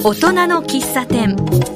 大人の喫茶店。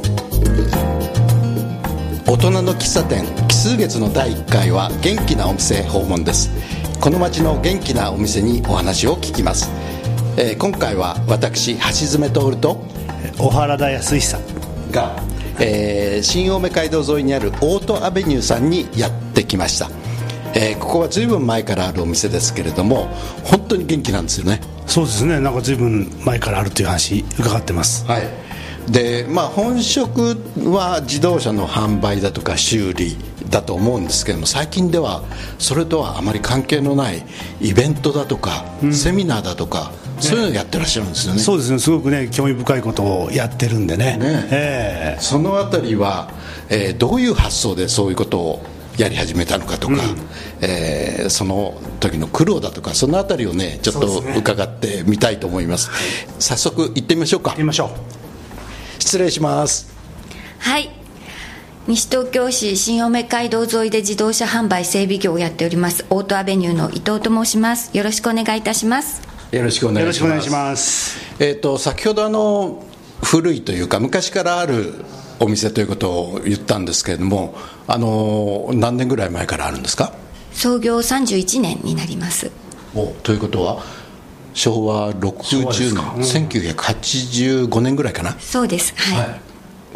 大人の喫茶店奇数月の第1回は元気なお店訪問です。この街の元気なお店にお話を聞きます。今回は私橋爪徹と小原田康久が、新青梅街道沿いにあるオートアベニューさんにやってきました。ここは随分前からあるお店ですけれども、本当に元気なんですよね。 そうですね、なんか随分前からあるという話伺ってます。 はい。で、本職は自動車の販売だとか修理だと思うんですけども、最近ではそれとはあまり関係のないイベントだとか、セミナーだとか、そういうのをやってらっしゃるんですよね。 そうですね、すごくね興味深いことをやってるんでね。 そのあたりは、どういう発想でそういうことをやり始めたのかとか、その時の苦労だとか、そのあたりをねちょっと伺ってみたいと思います。早速行ってみましょうか。 行ってみましょう。 失礼します。 はい、西東京市新青梅街道沿いで自動車販売整備業をやっておりますオートアベニューの伊藤と申します。よろしくお願いいたします。 よろしくお願いします。先ほど古いというか昔からあるお店ということを言ったんですけれども、何年ぐらい前からあるんですか？ 創業31年になります。 ということは昭和60年、1985年ぐらいかな。 そうです、はい、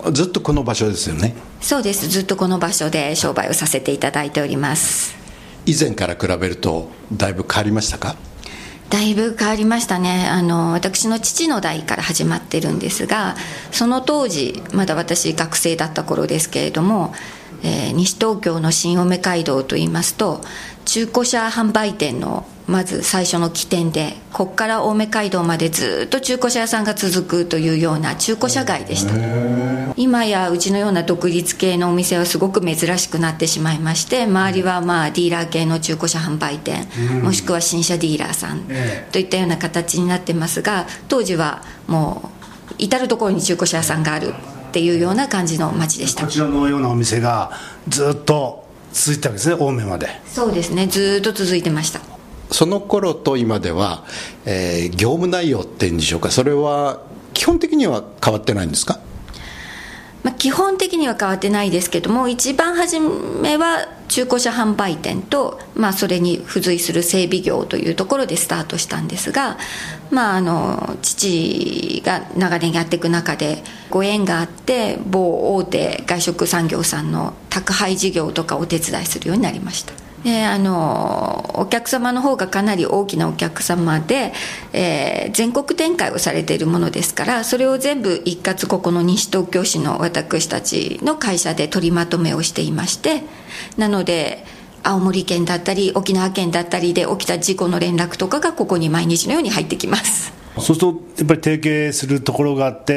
ずっとこの場所ですよね。 そうです、ずっとこの場所で商売をさせていただいております。 以前から比べるとだいぶ変わりましたか？ だいぶ変わりましたね。私の父の代から始まってるんですが、その当時まだ私学生だった頃ですけれども、西東京の新青梅街道といいますと、中古車販売店のまず最初の起点で、ここから青梅街道までずっと中古車屋さんが続くというような中古車街でした。今やうちのような独立系のお店はすごく珍しくなってしまいまして、周りはディーラー系の中古車販売店、もしくは新車ディーラーさんといったような形になってますが、当時はもう至る所に中古車屋さんがあるっていうような感じの街でした。 こちらのようなお店がずっと続いてたわけですね、青梅まで。 そうですね、ずっと続いてました。 その頃と今では、業務内容っていうんでしょうか、それは基本的には変わってないんですか？ 基本的には変わってないですけども、一番初めは中古車販売店と、それに付随する整備業というところでスタートしたんですが、父が長年やっていく中でご縁があって、某大手外食産業さんの宅配事業とかお手伝いするようになりました。でお客様の方がかなり大きなお客様で、全国展開をされているものですから、それを全部一括ここの西東京市の私たちの会社で取りまとめをしていまして、なので青森県だったり沖縄県だったりで起きた事故の連絡とかがここに毎日のように入ってきます。 そうするとやっぱり提携するところがあって、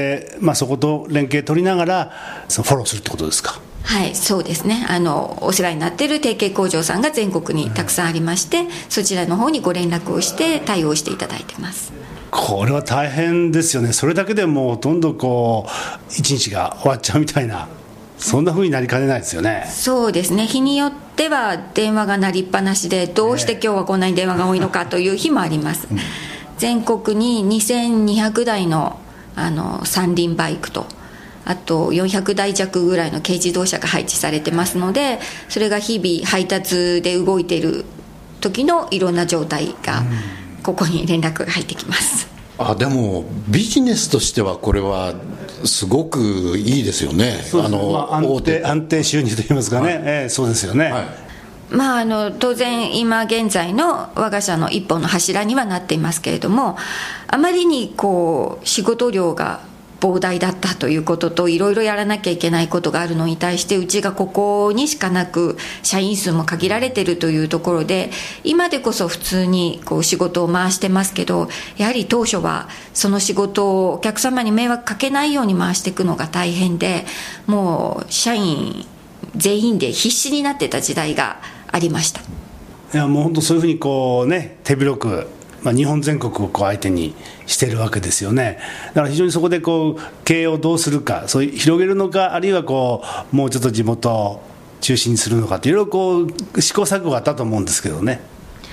そこと連携取りながらフォローするってことですか？ はい、そうですね。お世話になっている提携工場さんが全国にたくさんありまして、そちらの方にご連絡をして対応していただいてます。 これは大変ですよね。それだけでもうほとんど一日が終わっちゃうみたいな、そんな風になりかねないですよね。 そうですね、日によっては電話が鳴りっぱなしで、どうして今日はこんなに電話が多いのかという日もあります。全国に2200台の三輪バイクと、あと400台弱ぐらいの軽自動車が配置されてますので、それが日々配達で動いている時のいろんな状態がここに連絡が入ってきます。 でもビジネスとしてはこれはすごくいいですよね。 安定収入といいますかね、そうですよね。 当然今現在の我が社の一本の柱にはなっていますけれども、あまりに仕事量が膨大だったということと、いろいろやらなきゃいけないことがあるのに対して、うちがここにしかなく社員数も限られているというところで、今でこそ普通に仕事を回してますけど、やはり当初はその仕事をお客様に迷惑かけないように回していくのが大変で、もう社員全員で必死になってた時代がありました。 いや、もう本当そういうふうに手広く、日本全国を相手にしているわけですよね。だから非常にそこで経営をどうするか、そういう広げるのか、あるいはもうちょっと地元を中心にするのかって、いろいろ試行錯誤があったと思うんですけどね。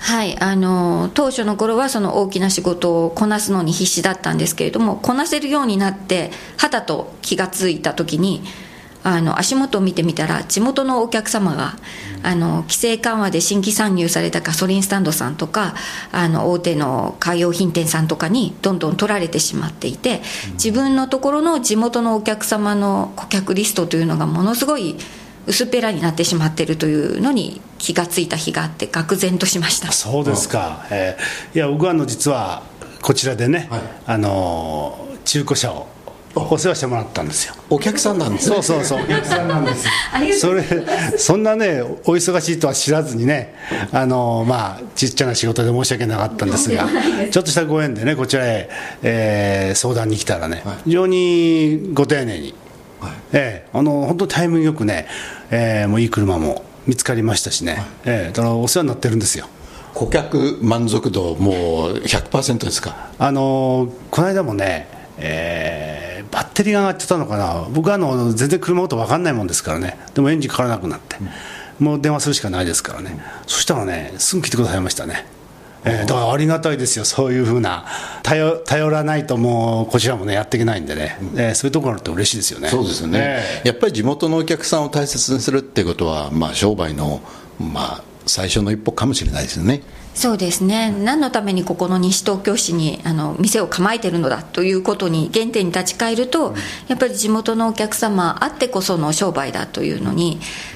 はい、当初の頃はその大きな仕事をこなすのに必死だったんですけれども、こなせるようになってはたと気がついた時に、足元を見てみたら地元のお客様が規制緩和で新規参入されたガソリンスタンドさんとか大手のカー用品店さんとかにどんどん取られてしまっていて、自分のところの地元のお客様の顧客リストというのがものすごい薄っぺらになってしまっているというのに気がついた日があって、愕然としました。 そうですか。いや、僕は実はこちらでね、中古車をお世話してもらったんですよ。 お客さんなんですね。 そうお客さんなんですそんなねお忙しいとは知らずにね、ちっちゃな仕事で申し訳なかったんですがちょっとしたご縁でねこちらへ、相談に来たらね、非常にご丁寧に、本当にタイミングよくね、もういい車も見つかりましたしね、だからお世話になってるんですよ。 顧客満足度もう 100% ですか？ この間もね、バッテリーが上がってたのかな、僕は全然車のこと分かんないもんですからね、でもエンジンかからなくなって、もう電話するしかないですからね、そしたらねすぐ来てくださいましたね。だからありがたいですよ。そういうふうな頼らないともうこちらもねやっていけないんでね、そういうところって嬉しいですよね。 そうですよね、やっぱり地元のお客さんを大切にするっていうことは、商売の、最初の一歩かもしれないですよね。 そうですね。何のためにここの西東京市に店を構えているのだということに原点に立ち返ると、やっぱり地元のお客様あってこその商売だというのに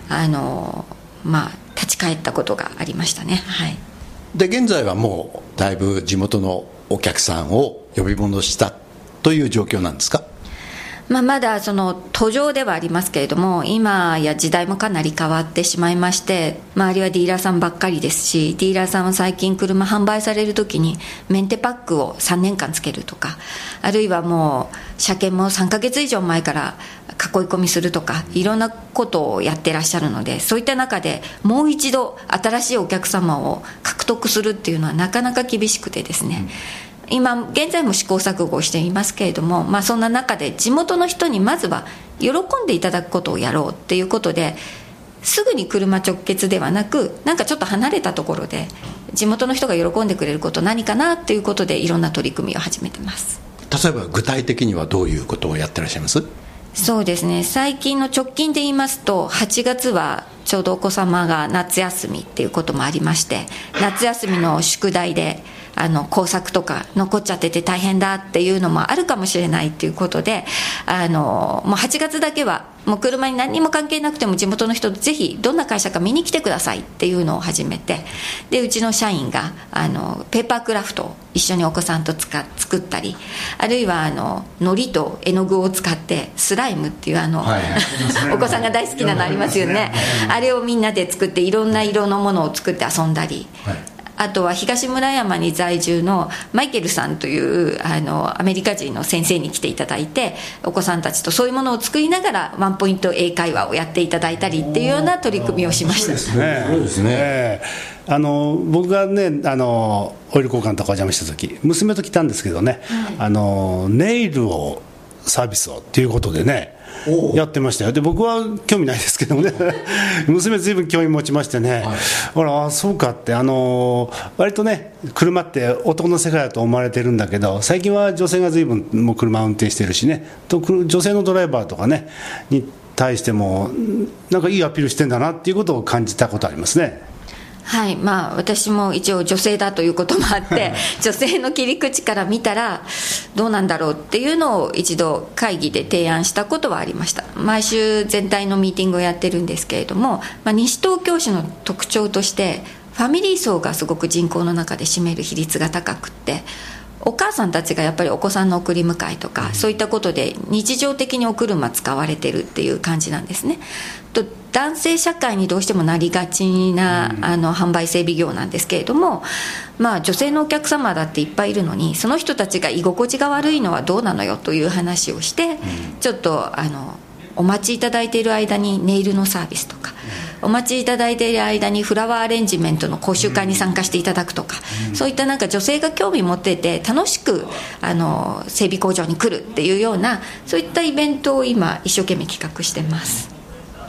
立ち返ったことがありましたね。はい。 で現在はもうだいぶ地元のお客さんを呼び戻したという状況なんですか？ まだその途上ではありますけれども、今や時代もかなり変わってしまいまして、周りはディーラーさんばっかりですし、ディーラーさんは最近車販売されるときにメンテパックを3年間つけるとか、あるいはもう車検も3ヶ月以上前から囲い込みするとか、いろんなことをやってらっしゃるので、そういった中でもう一度新しいお客様を獲得するっていうのはなかなか厳しくてですね、今現在も試行錯誤していますけれども、そんな中で地元の人にまずは喜んでいただくことをやろうっていうことで、すぐに車直結ではなく、なんかちょっと離れたところで地元の人が喜んでくれること何かなっていうことで、いろんな取り組みを始めてます。 例えば具体的にはどういうことをやってらっしゃいます？ そうですね、最近の直近で言いますと、8月はちょうどお子様が夏休みっていうこともありまして、夏休みの宿題で工作とか残っちゃってて大変だっていうのもあるかもしれないっていうことで、もう8月だけはもう車に何にも関係なくても地元の人とぜひどんな会社か見に来てくださいっていうのを始めて、でうちの社員がペーパークラフトを一緒にお子さんと作ったり、あるいは海苔と絵の具を使ってスライムっていうお子さんが大好きなのありますよね、あれをみんなで作っていろんな色のものを作って遊んだり、あとは東村山に在住のマイケルさんというアメリカ人の先生に来ていただいて、お子さんたちとそういうものを作りながらワンポイント英会話をやっていただいたりっていうような取り組みをしました。 そうですね。僕がねオイル交換とかお邪魔した時、娘と来たんですけどね、ネイルをサービスをっていうことでねやってましたよ。で僕は興味ないですけどもね娘ずいぶん興味持ちましてね、ほらそうかって、割とね車って男の世界だと思われてるんだけど、最近は女性がずいぶんもう車を運転してるしね、女性のドライバーとかねに対してもなんかいいアピールしてんだなっていうことを感じたことありますね。 はい、私も一応女性だということもあって女性の切り口から見たらどうなんだろうっていうのを一度会議で提案したことはありました。毎週全体のミーティングをやってるんですけれども、西東京市の特徴としてファミリー層がすごく人口の中で占める比率が高くって、お母さんたちがやっぱりお子さんの送り迎えとか、そういったことで日常的にお車使われてるっていう感じなんですね。と男性社会にどうしてもなりがちな販売整備業なんですけれども、女性のお客様だっていっぱいいるのに、その人たちが居心地が悪いのはどうなのよという話をして、ちょっとお待ちいただいている間にネイルのサービスとか、お待ちいただいている間にフラワーアレンジメントの講習会に参加していただくとか、そういったなんか女性が興味持ってて楽しく整備工場に来るっていうような、そういったイベントを今一生懸命企画してます。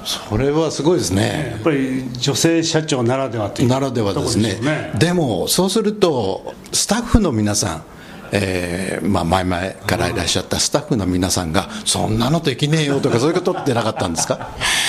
それはすごいですね。 やっぱり女性社長ならではというならではですね。でもそうするとスタッフの皆さん、前々からいらっしゃったスタッフの皆さんがそんなのできねえよとかそういうことってなかったんですか？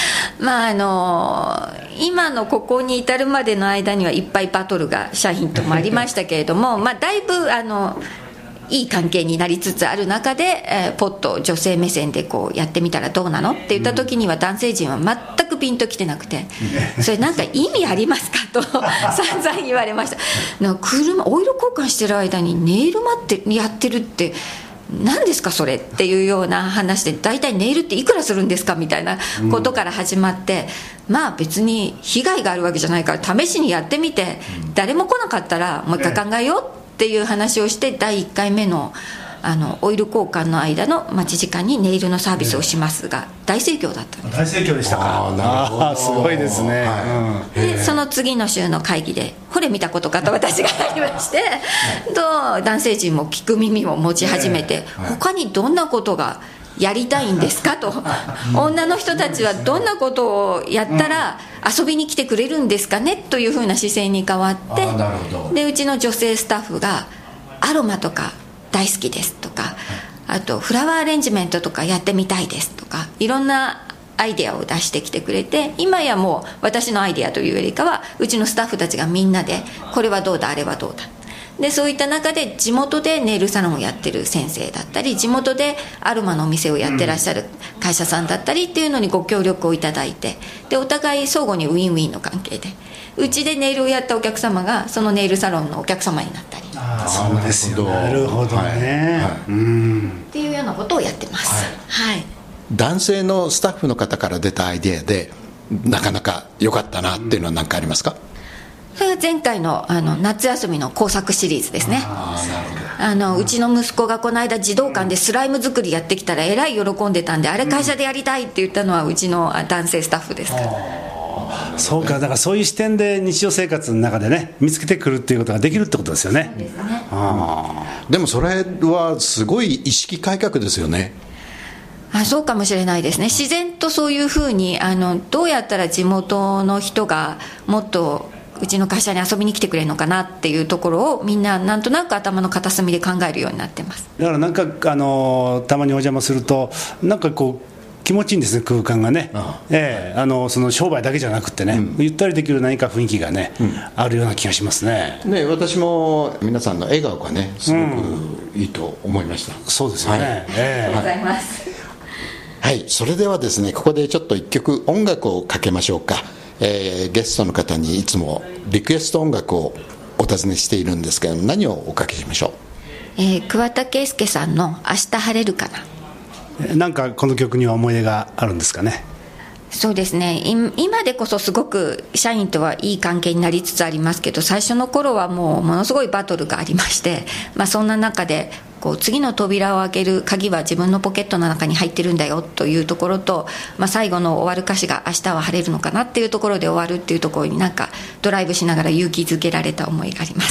今のここに至るまでの間にはいっぱいバトルが社員ともありましたけれどもだいぶいい関係になりつつある中で、ポッと女性目線でこうやってみたらどうなのって言った時には男性陣は全くピンときてなくて、それなんか意味ありますかと散々言われました。オイル交換してる間にネイルやってるって何ですかそれっていうような話で、大体ネイルっていくらするんですかみたいなことから始まって、別に被害があるわけじゃないから試しにやってみて、誰も来なかったらもう一回考えようっていう話をして、第1回目のオイル交換の間の待ち時間にネイルのサービスをしますが、大盛況だったんです。 大盛況でしたか。すごいですね。 でその次の週の会議でこれ見たことかと私がありまして男性陣も聞く耳を持ち始めて、他にどんなことがやりたいんですかと女の人たちはどんなことをやったら遊びに来てくれるんですかねというふうな姿勢に変わって、でうちの女性スタッフがアロマとか大好きですとか、あとフラワーアレンジメントとかやってみたいですとか、いろんなアイデアを出してきてくれて、今やもう私のアイデアというよりかはうちのスタッフたちがみんなでこれはどうだあれはどうだで、そういった中で地元でネイルサロンをやってる先生だったり、地元でアロマのお店をやってらっしゃる会社さんだったりっていうのにご協力をいただいて、でお互い相互にウィンウィンの関係で、うちでネイルをやったお客様がそのネイルサロンのお客様になったり、 そうですよ。なるほどね、 っていうようなことをやってます。 男性のスタッフの方から出たアイデアでなかなか良かったなっていうのは何かありますか？ それが前回の夏休みの工作シリーズですね。うちの息子がこの間児童館でスライム作りやってきたらえらい喜んでたんで、あれ会社でやりたいって言ったのはうちの男性スタッフです。 そうか、だからそういう視点で日常生活の中でね見つけてくるっていうことができるってことですよね。 でもそれはすごい意識改革ですよね。 そうかもしれないですね。自然とそういうふうにどうやったら地元の人がもっとうちの会社に遊びに来てくれるのかなっていうところをみんななんとなく頭の片隅で考えるようになってます。 だからなんかたまにお邪魔するとなんかこう気持ちいいんですね、空間がね。その商売だけじゃなくてね、ゆったりできる何か雰囲気がね、あるような気がしますね。 私も皆さんの笑顔がねすごくいいと思いました。 そうですよね。 ありがとうございます。 はい、それではですね、ここでちょっと一曲音楽をかけましょうか。ゲストの方にいつもリクエスト音楽をお尋ねしているんですけど、何をおかけしましょう？桑田佳祐さんの明日晴れるかな。 なんかこの曲には思い出があるんですかね？ そうですね、今でこそすごく社員とはいい関係になりつつありますけど、最初の頃はもうものすごいバトルがありまして、そんな中でこう次の扉を開ける鍵は自分のポケットの中に入ってるんだよというところと、最後の終わる歌詞が明日は晴れるのかなっていうところで終わるっていうところになんかドライブしながら勇気づけられた思いがあります。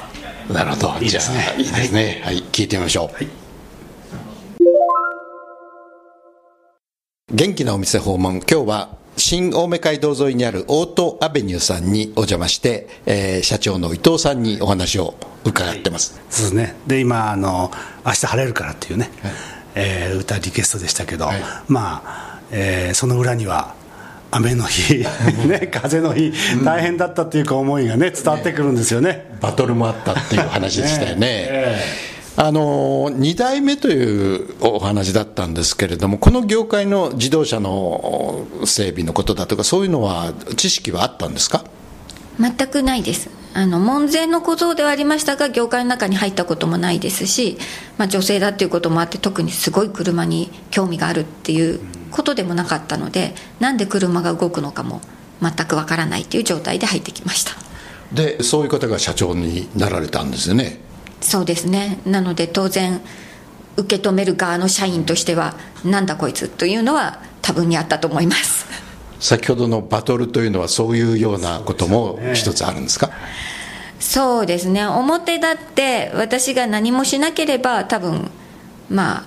なるほど、いいですね。いいですね。はい、聞いてみましょう。元気なお店訪問、今日は新青梅街道沿いにあるオートアベニューさんにお邪魔して、社長の伊藤さんにお話を伺ってます。 そうですね。で今明日晴れるからっていうね、歌リクエストでしたけど、その裏には雨の日、風の日、大変だったっていう思いがね伝わってくるんですよね。 バトルもあったっていう話でしたよね。2代目というお話だったんですけれども、この業界の自動車の整備のことだとかそういうのは知識はあったんですか？ 全くないです。門前の小僧ではありましたが、業界の中に入ったこともないですし、女性だっていうこともあって、特にすごい車に興味があるっていうことでもなかったので、なんで車が動くのかも全くわからないという状態で入ってきました。 でそういう方が社長になられたんですよね。 そうですね。なので当然受け止める側の社員としてはなんだこいつというのは多分にあったと思います。 先ほどのバトルというのはそういうようなことも一つあるんですか？ そうですね。表だって私が何もしなければ多分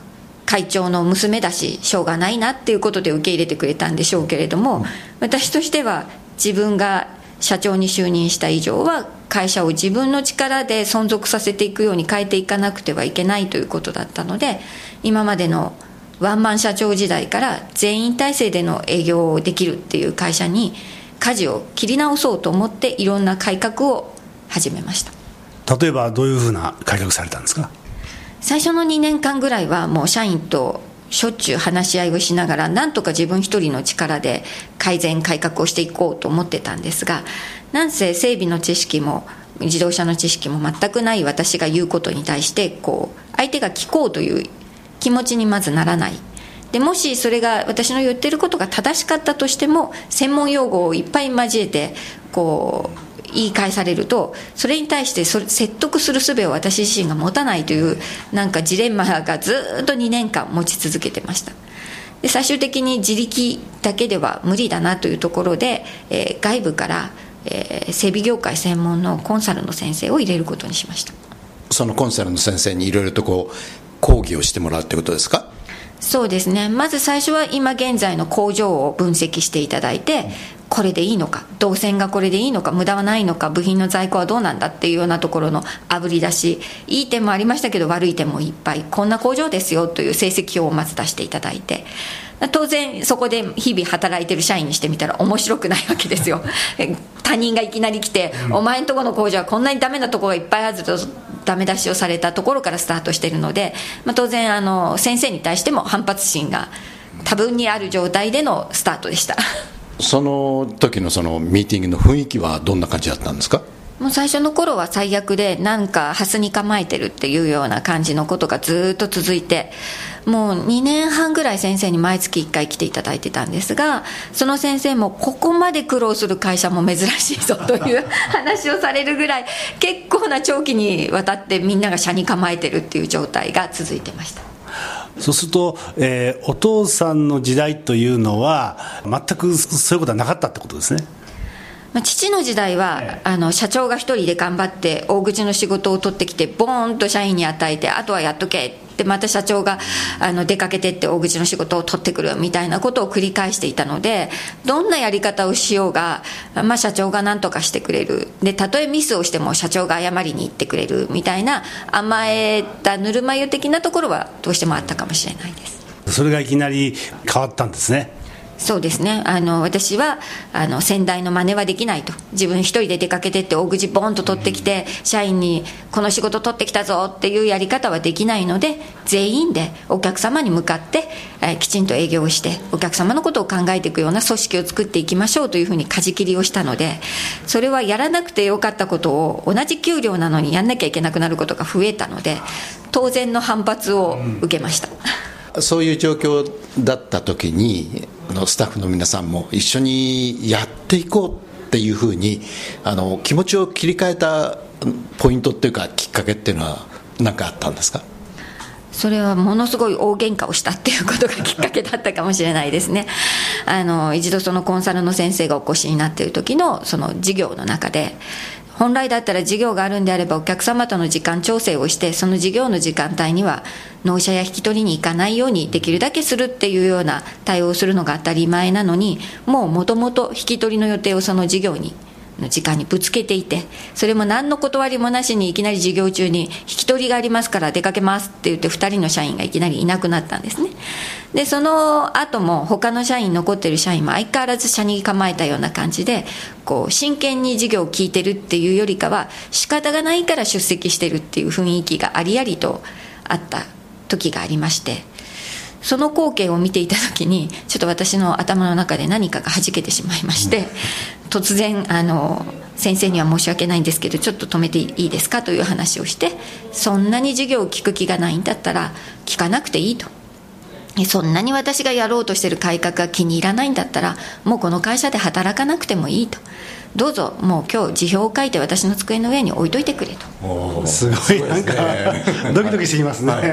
会長の娘だししょうがないなっていうことで受け入れてくれたんでしょうけれども、私としては自分が社長に就任した以上は会社を自分の力で存続させていくように変えていかなくてはいけないということだったので、今までのワンマン社長時代から全員体制での営業をできるっていう会社に舵を切り直そうと思っていろんな改革を始めました。 例えばどういうふうな改革されたんですか？ 最初の2年間ぐらいはもう社員としょっちゅう話し合いをしながら、なんとか自分一人の力で改善改革をしていこうと思ってたんですが、なんせ整備の知識も自動車の知識も全くない私が言うことに対して相手が聞こうという気持ちにまずならない。でもしそれが私の言ってることが正しかったとしても、専門用語をいっぱい交えて言い返されると、それに対して説得する術を私自身が持たないというジレンマがずっと2年間持ち続けてました。で最終的に自力だけでは無理だなというところで、外部から、整備業界専門のコンサルの先生を入れることにしました。 そのコンサルの先生にいろいろと講義をしてもらうということですか？ そうですね。まず最初は今現在の工場を分析していただいて、これでいいのか、動線がこれでいいのか、無駄はないのか、部品の在庫はどうなんだっていうようなところのあぶり出し、いい点もありましたけど悪い点もいっぱい、こんな工場ですよという成績表をまず出していただいて、当然そこで日々働いてる社員にしてみたら面白くないわけですよ。他人がいきなり来て、お前んとこの工場はこんなにダメなところがいっぱいあるとダメ出しをされたところからスタートしているので、当然先生に対しても反発心が多分にある状態でのスタートでした。 その時のそのミーティングの雰囲気はどんな感じだったんですか？ もう最初の頃は最悪で、ハスに構えてるっていうような感じのことがずっと続いて、もう2年半ぐらい先生に毎月1回来ていただいてたんですが、その先生もここまで苦労する会社も珍しいぞという話をされるぐらい、結構な長期にわたってみんなが斜に構えてるっていう状態が続いてました。 そうすると、お父さんの時代というのは全くそういうことはなかったってことですね。 父の時代は社長が一人で頑張って大口の仕事を取ってきてボーンと社員に与えて、あとはやっとけってまた社長が出かけてって大口の仕事を取ってくるみたいなことを繰り返していたので、どんなやり方をしようが、社長が何とかしてくれる。でたとえミスをしても社長が謝りに行ってくれるみたいな甘えたぬるま湯的なところはどうしてもあったかもしれないです。 それがいきなり変わったんですね。 そうですね。私は先代の真似はできないと。自分一人で出かけてって大口ボーンと取ってきて、社員にこの仕事取ってきたぞっていうやり方はできないので、全員でお客様に向かって、きちんと営業をしてお客様のことを考えていくような組織を作っていきましょうというふうに舵切りをしたので、それはやらなくてよかったことを同じ給料なのにやんなきゃいけなくなることが増えたので、当然の反発を受けました。 そういう状況だった時にスタッフの皆さんも一緒にやっていこうっていうふうに気持ちを切り替えたポイントっていうかきっかけっていうのは何かあったんですか？ それはものすごい大喧嘩をしたっていうことがきっかけだったかもしれないですね。一度そのコンサルの先生がお越しになっている時のその事業の中で、本来だったら事業があるんであればお客様との時間調整をして、その事業の時間帯には納車や引き取りに行かないようにできるだけするっていうような対応をするのが当たり前なのに、もともと引き取りの予定をその事業の時間にぶつけていて、それも何の断りもなしにいきなり事業中に引き取りがありますから出かけますって言って2人の社員がいきなりいなくなったんですね。でその後も他の社員、残ってる社員も相変わらず社に構えたような感じで、真剣に事業を聞いてるっていうよりかは仕方がないから出席してるっていう雰囲気がありありとあった時がありまして、その光景を見ていた時にちょっと私の頭の中で何かが弾けてしまいまして、突然先生には申し訳ないんですけどちょっと止めていいですかという話をして、そんなに授業を聞く気がないんだったら聞かなくていいと、そんなに私がやろうとしている改革が気に入らないんだったらもうこの会社で働かなくてもいいと、どうぞもう今日辞表を書いて私の机の上に置いといてくれと。 すごいなんかドキドキしてきますね、はい、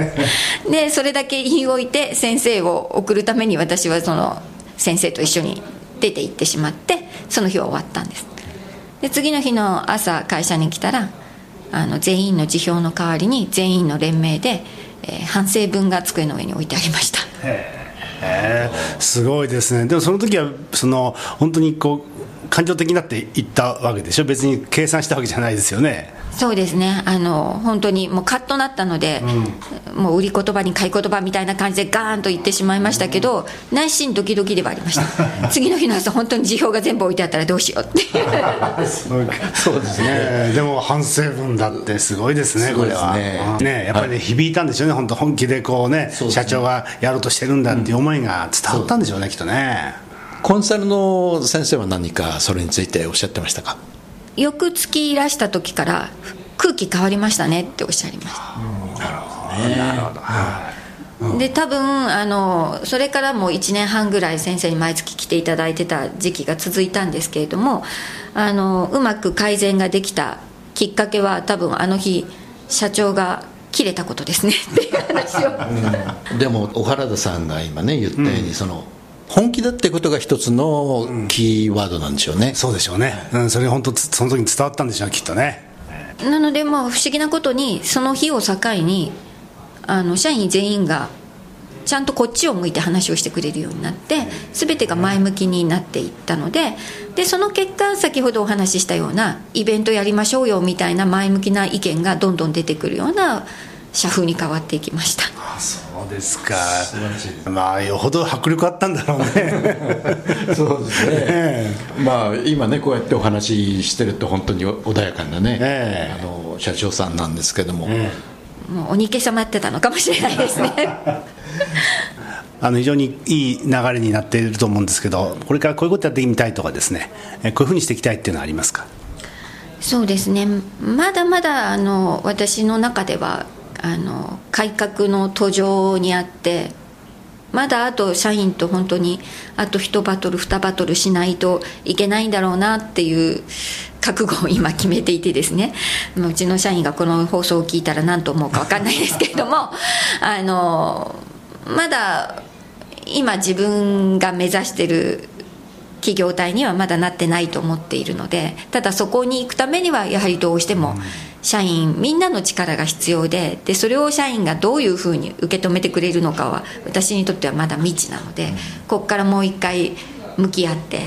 でそれだけ言い置いて先生を送るために私はその先生と一緒に出て行ってしまって、その日は終わったんです。で次の日の朝会社に来たら全員の辞表の代わりに全員の連名で反省文が机の上に置いてありました。 すごいですね。でもその時は本当に感情的になっていったわけでしょ。別に計算したわけじゃないですよね。 そうですね、本当にもうカッとなったので、もう売り言葉に買い言葉みたいな感じでガーンと言ってしまいましたけど、内心ドキドキではありました次の日の朝本当に辞表が全部置いてあったらどうしようってそうですね。でも反省文だってすごいですね、これはね。やっぱりね、響いたんでしょうね。本気で社長がやろうとしてるんだっていう思いが伝わったんでしょうね、きっとね。 コンサルの先生は何かそれについておっしゃってましたか？ 翌月いらした時から空気変わりましたねっておっしゃりました。 なるほど。 で多分それからも1年半ぐらい先生に毎月来ていただいてた時期が続いたんですけれども、うまく改善ができたきっかけは多分あの日社長が切れたことですねっていう話をでも小原田さんが今ね言ったように、本気だってことが一つのキーワードなんでしょうね。 そうでしょうね。それ本当その時に伝わったんでしょうきっとね。 なのでもう不思議なことにその日を境に社員全員がちゃんとこっちを向いて話をしてくれるようになって、全てが前向きになっていったので、その結果先ほどお話ししたようなイベントやりましょうよみたいな前向きな意見がどんどん出てくるような社風に変わっていきました。 そうですか。よほど迫力あったんだろうねそうですね今ねこうやってお話ししてると本当に穏やかなね、社長さんなんですけども、 もう鬼消さまってたのかもしれないですね非常にいい流れになっていると思うんですけど、これからこういうことやってみたいとかですね、こういうふうにしていきたいっていうのはありますか？ そうですね、まだまだ私の中では改革の途上にあって、まだあと社員と本当にあと1バトル2バトルしないといけないんだろうなっていう覚悟を今決めていてですね、うちの社員がこの放送を聞いたら何と思うか分かんないですけれどもまだ今自分が目指している企業体にはまだなってないと思っているので、ただそこに行くためにはやはりどうしても社員みんなの力が必要で、それを社員がどういうふうに受け止めてくれるのかは私にとってはまだ未知なので、ここからもう一回向き合って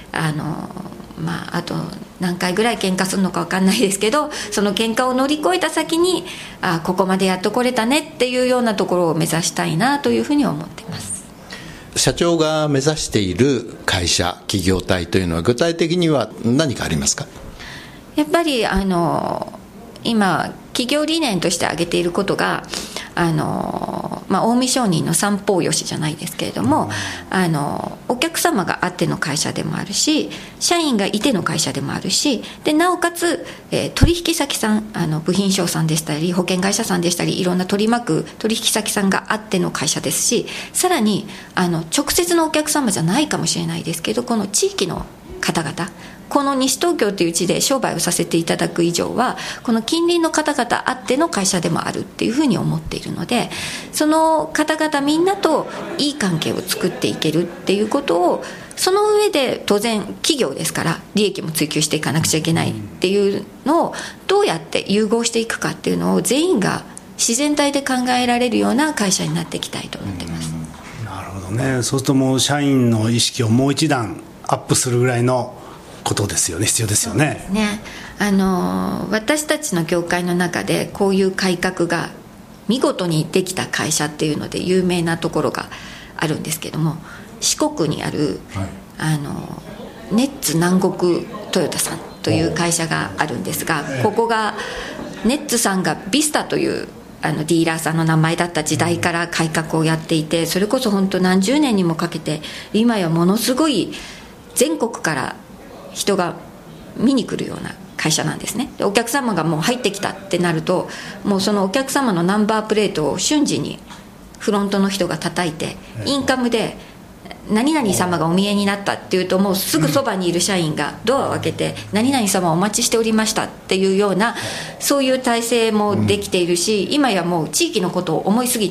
あと何回ぐらい喧嘩するのか分かんないですけど、その喧嘩を乗り越えた先にここまでやっと来れたねっていうようなところを目指したいなというふうに思っています。 社長が目指している会社企業体というのは具体的には何かありますか？ やっぱり今企業理念として挙げていることが近江商人の三方よしじゃないですけれども、お客様があっての会社でもあるし、社員がいての会社でもあるし、なおかつ、取引先さん部品商さんでしたり保険会社さんでしたりいろんな取り巻く取引先さんがあっての会社ですし、さらに直接のお客様じゃないかもしれないですけど、この地域の方々、この西東京という地で商売をさせていただく以上はこの近隣の方々あっての会社でもあるっていうふうに思っているので、その方々みんなといい関係を作っていけるっていうことを、その上で当然企業ですから利益も追求していかなくちゃいけないっていうのをどうやって融合していくかっていうのを全員が自然体で考えられるような会社になっていきたいと思っています。 なるほどね。そうするともう社員の意識をもう一段アップするぐらいのことですよね。必要ですよね。 そうですね。私たちの業界の中でこういう改革が見事にできた会社っていうので有名なところがあるんですけども、四国にある、ネッツ南国トヨタさんという会社があるんですが、ここがネッツさんがビスタというディーラーさんの名前だった時代から改革をやっていて、それこそ本当何十年にもかけて今やものすごい全国から人が見に来るような会社なんですね。でお客様がもう入ってきたってなると、もうそのお客様のナンバープレートを瞬時にフロントの人が叩いて、インカムで何々様がお見えになったっていうと、もうすぐそばにいる社員がドアを開けて何々様お待ちしておりましたっていうような、そういう体制もできているし、今やもう地域のことを思いすぎて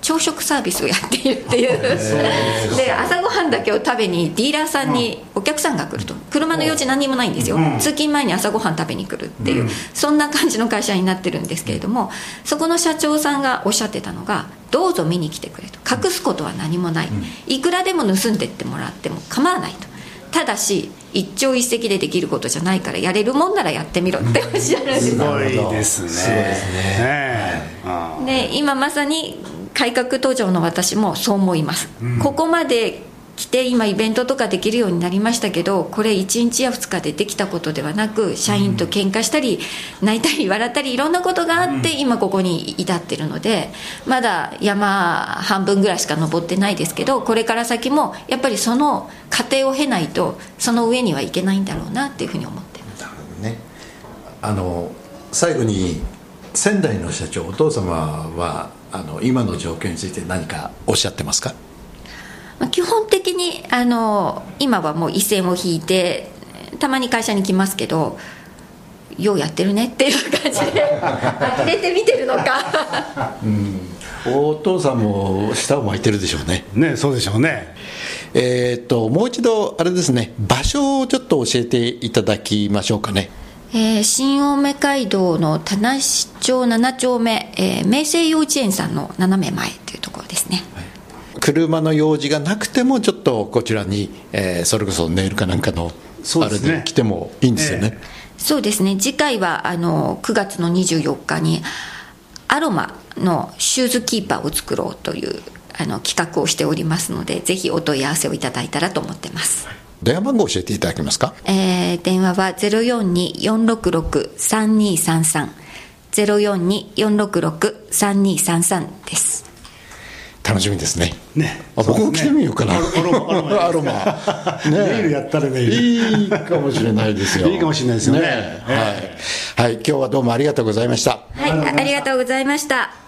朝食サービスをやっているっていうで朝ごはんだけを食べにディーラーさんにお客さんが来ると、車の用事何にもないんですよ、通勤前に朝ごはん食べに来るっていう、そんな感じの会社になってるんですけれども、そこの社長さんがおっしゃってたのが、どうぞ見に来てくれと、隠すことは何もない、いくらでも盗んでってもらっても構わないと、ただし一朝一夕でできることじゃないから、やれるもんならやってみろっておっしゃるんです。 すごいですね。 すごいですね。 で今まさに改革途上の私もそう思います、ここまで来て今イベントとかできるようになりましたけど、これ1日や2日でできたことではなく、社員と喧嘩したり泣いたり笑ったりいろんなことがあって今ここに至ってるので、まだ山半分ぐらいしか登ってないですけど、これから先もやっぱりその過程を経ないとその上にはいけないんだろうなっていうふうに思ってます。 なるほどね。最後に仙台の社長、お父様は今の状況について何かおっしゃってますか？ 基本的に今はもう一線を引いてたまに会社に来ますけど、ようやってるねっていう感じで呆れて見てるのかお父さんも舌を巻いてるでしょうね。 ね、そうでしょうね。 もう一度あれですね、場所をちょっと教えていただきましょうかね。 新青梅街道の田無町7丁目、明星幼稚園さんの斜め前というところですね。 車の用事がなくてもちょっとこちらに、それこそネイルかなんかのあれで来てもいいんですよね。 そうですね。次回は9月の24日にアロマのシューズキーパーを作ろうという企画をしておりますので、ぜひお問い合わせをいただいたらと思ってます。 電話番号教えていただけますか？ 電話は 042-466-3233 042-466-3233 です。 楽しみですね。 ね、 僕も来てみようかな。アロマネイルやったらね、 いいかもしれないですよ。 いいかもしれないですよね。 はい、今日はどうもありがとうございました。 はい、ありがとうございました。